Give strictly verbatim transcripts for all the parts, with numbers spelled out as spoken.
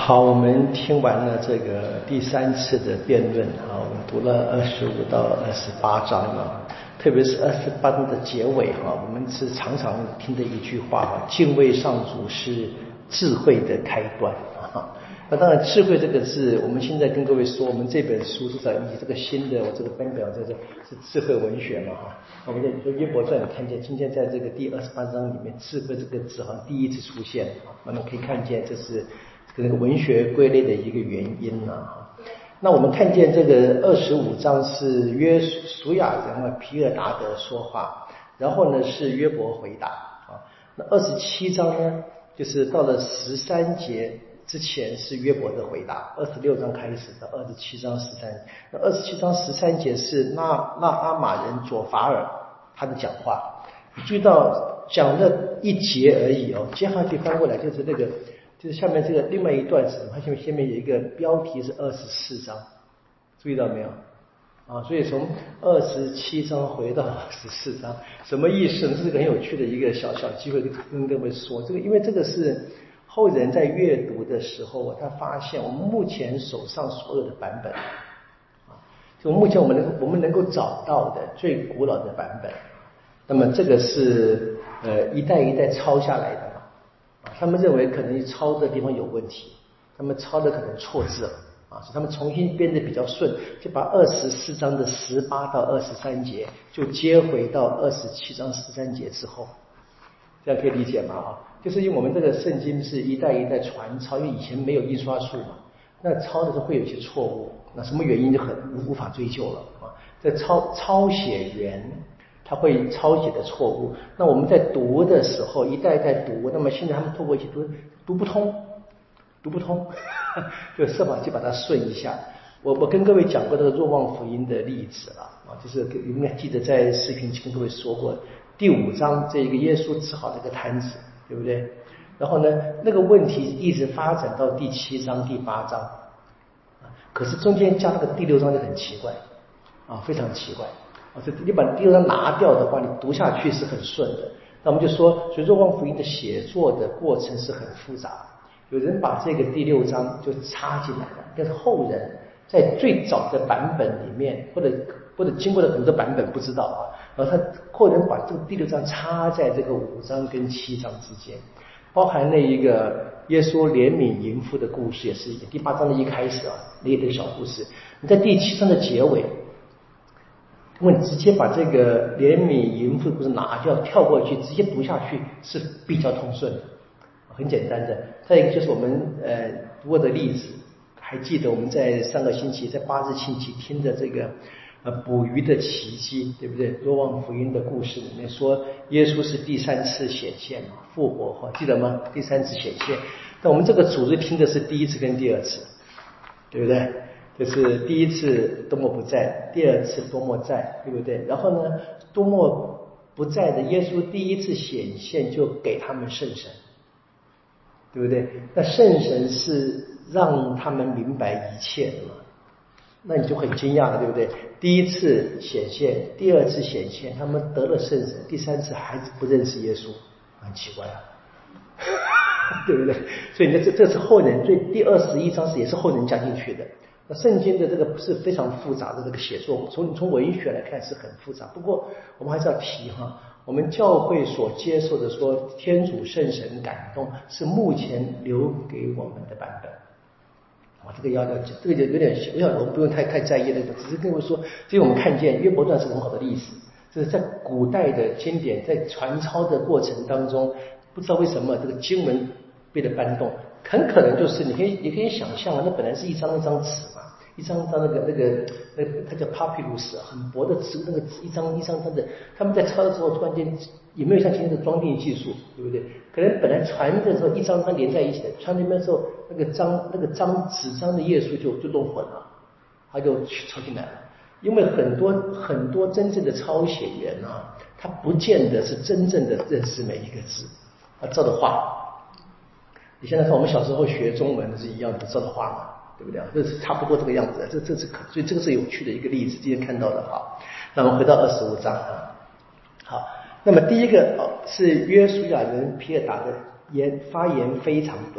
好，我们听完了这个第三次的辩论啊，我们读了二十五到二十八章啊，特别是二十八章的结尾哈，我们是常常听的一句话啊，敬畏上主是智慧的开端啊。那当然，智慧这个字，我们现在跟各位说，我们这本书至少以这个新的我这个班表在这是智慧文学嘛哈。我们在说约伯传，你看见今天在这个第二十八章里面，智慧这个字好像第一次出现啊，那么可以看见这是这个文学归类的一个原因啊。那我们看见这个二十五章是约书亚人啊皮尔达的说话，然后呢是约伯回答啊。那二十七章呢，就是到了十三节之前是约伯的回答，二十六章开始到二十七章十三，那二十七章十三节是那那阿玛人左法尔他的讲话，你注意到讲了一节而已哦，接下去翻过来就是那个。就是下面这个另外一段是，它下面下面有一个标题是二十四章，注意到没有？啊，所以从二十七章回到二十四章，什么意思呢？这是个很有趣的一个小小机会跟各位说，这个因为这个是后人在阅读的时候，他发现我们目前手上所有的版本，啊，就目前我们能够我们能够找到的最古老的版本，那么这个是呃一代一代抄下来的。他们认为可能抄的地方有问题，他们抄的可能错字了啊，所以他们重新编的比较顺，就把二十四章的十八到二十三节就接回到二十七章十三节之后，这样可以理解吗？啊，就是因为我们这个圣经是一代一代传抄，因为以前没有印刷术嘛，那抄的时候会有一些错误，那什么原因就很无法追究了啊。这抄抄写员他会抄写的错误，那我们在读的时候一代一代读，那么现在他们透过一些读读不通，读不通，就设法去把它顺一下。我我跟各位讲过这个若望福音的例子了啊，就是你应该记得在视频跟各位说过，第五章这个耶稣治好那个摊子，对不对？然后呢，那个问题一直发展到第七章、第八章，可是中间加那个第六章就很奇怪啊，非常奇怪。这你把第六章拿掉的话，你读下去是很顺的。那我们就说，所以若望福音的写作的过程是很复杂。有人把这个第六章就插进来了，但是后人在最早的版本里面，或者或者经过了很多版本不知道啊，然后他后人把这个第六章插在这个五章跟七章之间，包含那一个耶稣怜悯淫妇的故事也是一个，第八章的一开始啊，那一个小故事，你在第七章的结尾。如果你直接把这个怜悯淫妇故事拿掉，跳过去，直接读下去是比较通顺的，很简单的。再一个就是我们呃读过的例子，还记得我们在上个星期在八日星期听的这个呃捕鱼的奇迹，对不对？若望福音的故事里面说，耶稣是第三次显现嘛，复活哈，记得吗？第三次显现。那我们这个组织听的是第一次跟第二次，对不对？就是第一次多么不在，第二次多么在，对不对？然后呢，多么不在的耶稣第一次显现就给他们圣神，对不对？那圣神是让他们明白一切的嘛？那你就很惊讶了，对不对？第一次显现，第二次显现，他们得了圣神，第三次还是不认识耶稣，很奇怪啊。对不对？所以呢，这这是后人，所以第二十一章是也是后人加进去的。那圣经的这个是非常复杂的这个写作，从从文学来看是很复杂。不过我们还是要提哈，我们教会所接受的说天主圣神感动是目前留给我们的版本。啊，这个要要这个就有点，我想我们不用太太在意那个，只是跟我说，这个我们看见约伯传是很好的例子，就是在古代的经典在传抄的过程当中，不知道为什么这个经文被的搬动，很可能就是你可以你可以想象啊，那本来是一张一张纸嘛，一张张那个那个那个它叫 papyrus 很薄的纸，那个一张一张张的，他们在抄的时候突然间也没有像今天的装订技术，对不对？可能本来传的时候一张张连在一起的，传那边的时候那个章那个章纸张的页数就就弄混了，他就抄进来了。因为很多很多真正的抄写员啊，他不见得是真正的认识每一个字，他照着画。你现在看我们小时候学中文是一样的，照着画嘛，对不对？这是差不多这个样子，这这是可，所以这个是有趣的一个例子，今天看到的哈。那我们回到二十五章啊，好，那么第一个哦是约书亚人皮尔达的言发言非常短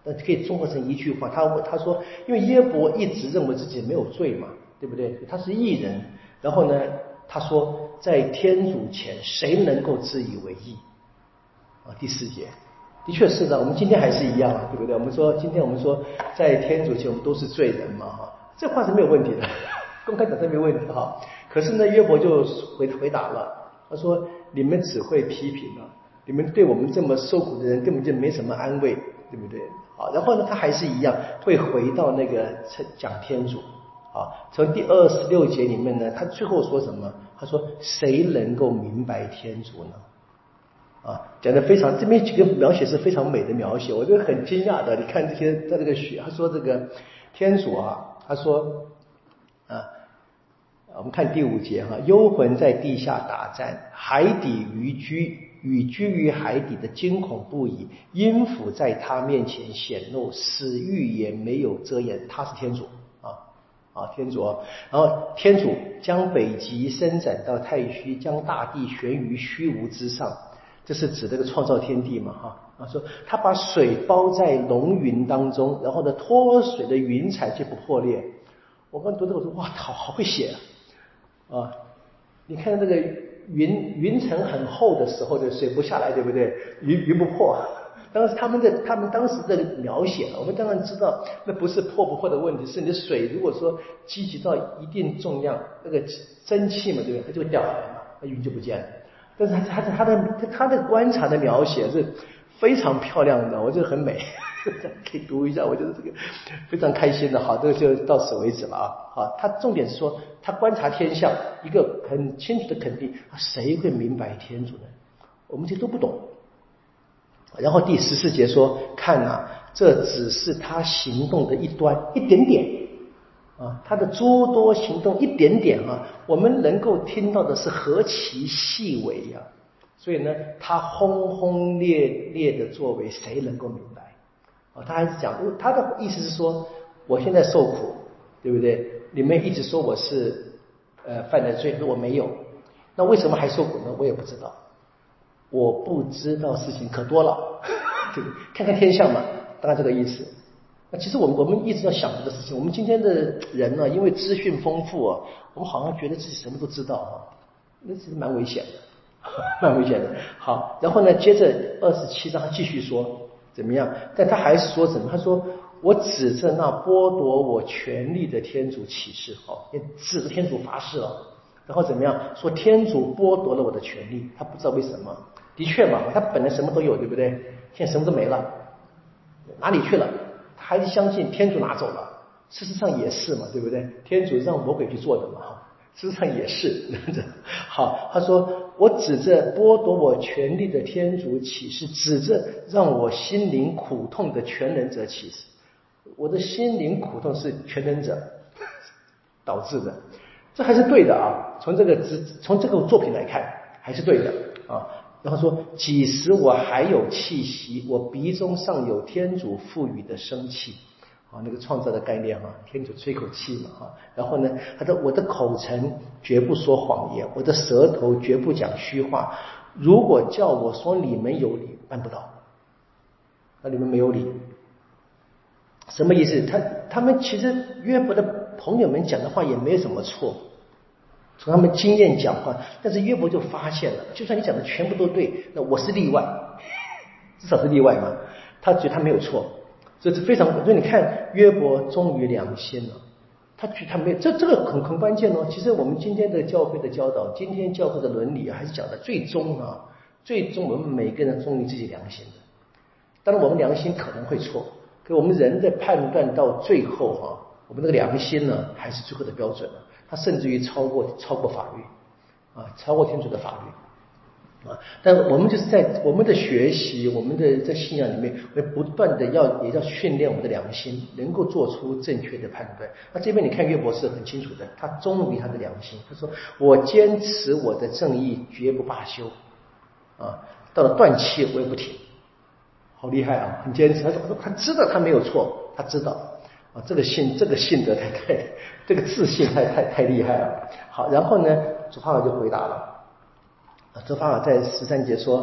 那可以综合成一句话。他他说，因为耶伯一直认为自己没有罪嘛，对不对？他是义人。然后呢，他说，在天主前，谁能够自以为义？啊，第四节，的确是的，我们今天还是一样，对不对？我们说，今天我们说，在天主前，我们都是罪人嘛，哈，这话是没有问题的，公开讲这没有问题哈。可是呢，约伯就回回答了，他说：“你们只会批评了，你们对我们这么受苦的人根本就没什么安慰，对不对？”好，然后呢，他还是一样会回到那个讲天主。啊，从第二十六节里面呢，他最后说什么？他说：“谁能够明白天主呢？”啊，讲的非常，这边几个描写是非常美的描写，我就很惊讶的。你看这些，他这个学，他说这个天主啊，他说啊，我们看第五节哈，幽魂在地下打战，海底鱼居，与居于海底的惊恐不已，阴府在他面前显露，死域也没有遮掩，他是天主啊啊，天主。然后天主将北极伸展到太虚，将大地悬于虚无之上。这是指这个创造天地嘛，哈啊，说他把水包在浓云当中，然后呢，脱水的云彩就不破裂。我刚读这个，我说哇，好好会写啊！啊，你看这个云云层很厚的时候，的水不下来，对不对？云云不破。当时他们的他们当时的描写，我们当然知道，那不是破不破的问题，是你的水如果说积集到一定重量，那个蒸汽嘛，对不对？它就会掉下来嘛，那云就不见了。但是他他的他的观察的描写是非常漂亮的，我觉得很美，可以读一下，我觉得这个非常开心的。好，这个就到此为止了啊。好，他重点是说他观察天象，一个很清楚的肯定，谁会明白天主呢？我们这都不懂。然后第十四节说，看啊，这只是他行动的一端，一点点。啊，他的诸多行动一点点啊，我们能够听到的是何其细微呀、啊！所以呢，他轰轰烈烈的作为，谁能够明白？啊，他还是讲，他的意思是说，我现在受苦，对不对？你们一直说我是呃犯了罪，我没有，那为什么还受苦呢？我也不知道，我不知道事情可多了，对不对？看看天象嘛，大概这个意思。那其实我们我们一直要想这个事情。我们今天的人呢，因为资讯丰富啊，我们好像觉得自己什么都知道啊，那其实蛮危险的，蛮危险的。好，然后呢，接着二十七章他继续说怎么样？但他还是说什么？他说我指着那剥夺我权利的天主起誓，好，也指着天主发誓了。然后怎么样？说天主剥夺了我的权利，他不知道为什么。的确嘛，他本来什么都有，对不对？现在什么都没了，哪里去了？还是相信天主拿走了，事实上也是嘛，对不对？天主让魔鬼去做的嘛，事实上也是。好，他说我指着剥夺我权利的天主起誓，指着让我心灵苦痛的全能者起誓。我的心灵苦痛是全能者导致的，这还是对的啊。从这个从这个作品来看，还是对的啊。然后说，几时我还有气息，我鼻中尚有天主赋予的生气，啊，那个创造的概念哈、啊，天主吹口气嘛哈、啊。然后呢，他说我的口唇绝不说谎言，我的舌头绝不讲虚话。如果叫我说你们有理，办不到，那你们没有理，什么意思？他他们其实约伯的朋友们讲的话也没什么错。从他们经验讲话，但是约伯就发现了，就算你讲的全部都对，那我是例外，至少是例外嘛。他觉得他没有错，这是非常。所以你看，约伯忠于良心了，他觉得他没有，这这个很很关键哦。其实我们今天的教会的教导，今天教会的伦理啊，还是讲的最终啊，最终我们每个人忠于自己良心的。当然，我们良心可能会错，可我们人的判断到最后啊，我们这个良心呢，还是最后的标准了。它甚至于超过超过法律啊，超过天主的法律啊。但我们就是在我们的学习，我们的在信仰里面，我们不断的要也要训练我们的良心，能够做出正确的判断。那这边你看约伯是很清楚的，他忠于他的良心，他说我坚持我的正义，绝不罢休啊，到了断气我也不停，好厉害啊，很坚持。他说他知道他没有错，他知道。啊，这个信，这个信德太太，这个自信太太太厉害了。好，然后呢，主法尔就回答了。啊，主法尔在十三节说，他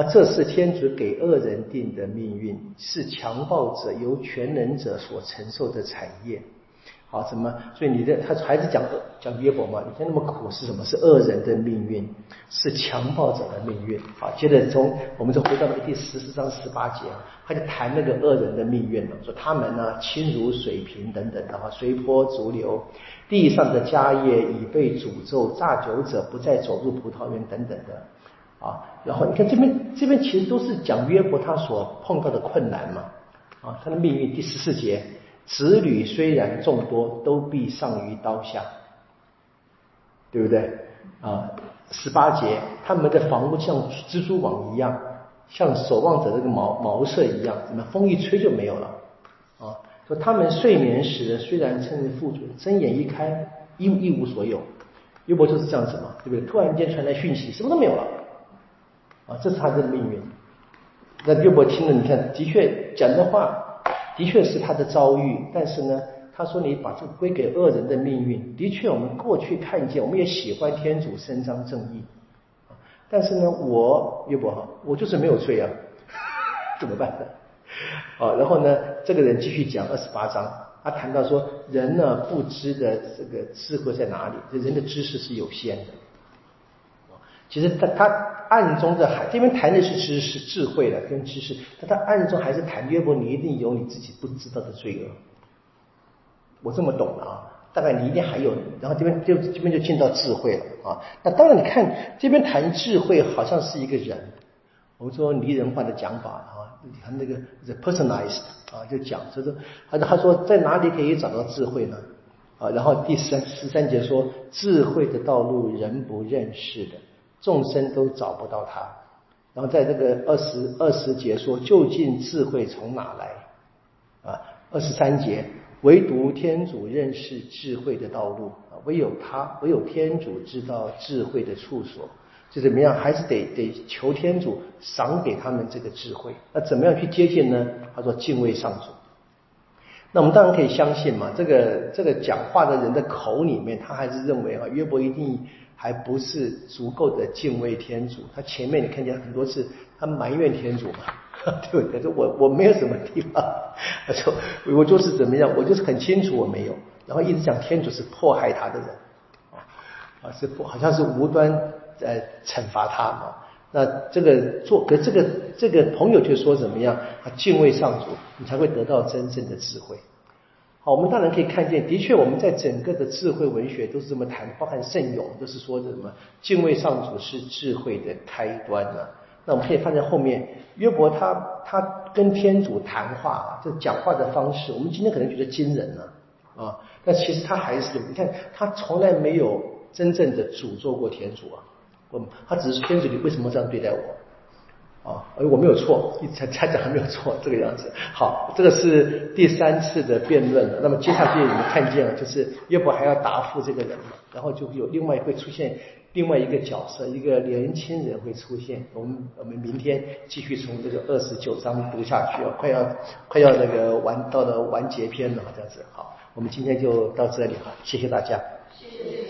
啊，这是天主给恶人定的命运，是强暴者由全能者所承受的产业。好，什么？所以你的他还是讲讲约伯嘛？你看那么苦是什么？是恶人的命运，是强暴者的命运。好，接着从我们就回到了第十四章十八节啊，他就谈那个恶人的命运了，说他们呢轻如水平等等的哈，随波逐流，地上的家业已被诅咒，榨酒者不再走入葡萄园等等的啊。然后你看这边这边其实都是讲约伯他所碰到的困难嘛啊，他的命运。第十四节。子女虽然众多，都必丧于刀下，对不对啊？十八节，他们的房屋像蜘蛛网一样，像守望者这个茅茅舍一样，怎么风一吹就没有了啊？说他们睡眠时虽然称为富足，睁眼一开一一无所有。约伯就是这样子嘛，对不对？突然间传来讯息，什么都没有了啊！这是他的命运。那约伯听了，你看，的确讲的话。的确是他的遭遇，但是呢，他说你把这个归给恶人的命运。的确，我们过去看见，我们也喜欢天主伸张正义，但是呢，我约伯我就是没有罪啊，怎么办呢？啊，然后呢，这个人继续讲二十八章，他谈到说，人呢不知的这个智慧在哪里？人的知识是有限的。其实他他暗中的还这边谈的是知识智慧了跟知识，但他暗中还是谈约伯，你一定有你自己不知道的罪恶。我这么懂了啊，大概你一定还有，然后这边就这边就进到智慧了啊。那当然你看这边谈智慧好像是一个人，我们说拟人化的讲法啊，他那个 the personalized 啊，就讲就是说他他说在哪里可以找到智慧呢？啊，然后第三十三节说智慧的道路人不认识的。众生都找不到他，然后在这个二十二十节说，究竟智慧从哪来？啊，二十三节，唯独天主认识智慧的道路，啊，唯有他，唯有天主知道智慧的处所，就怎么样，还是得得求天主赏给他们这个智慧。那怎么样去接近呢？他说敬畏上主。那我们当然可以相信嘛，这个这个讲话的人的口里面，他还是认为啊，约伯一定还不是足够的敬畏天主。他前面你看见很多次，他埋怨天主嘛，对不对？说我我没有什么地方，他说我就是怎么样，我就是很清楚我没有，然后一直讲天主是迫害他的人啊，是好像是无端呃惩罚他嘛。那这个做，可这个这个朋友就说怎么样？啊，敬畏上主，你才会得到真正的智慧。好，我们当然可以看见，的确我们在整个的智慧文学都是这么谈，包含圣咏都是说的什么敬畏上主是智慧的开端啊。那我们可以看在后面，约伯他他跟天主谈话啊，这讲话的方式，我们今天可能觉得惊人了啊，但其实他还是你看他从来没有真正的诅咒过天主啊。他只是天主，你为什么这样对待我？啊，而我没有错，他他讲还没有错，这个样子。好，这个是第三次的辩论了。那么接下去你们看见了，就是约伯还要答复这个人嘛，然后就有另外会出现另外一个角色，一个年轻人会出现。我们我们明天继续从这个二十九章读下去啊，快要快要那个完到了完结篇了，这样子。好，我们今天就到这里哈，谢谢大家。谢谢。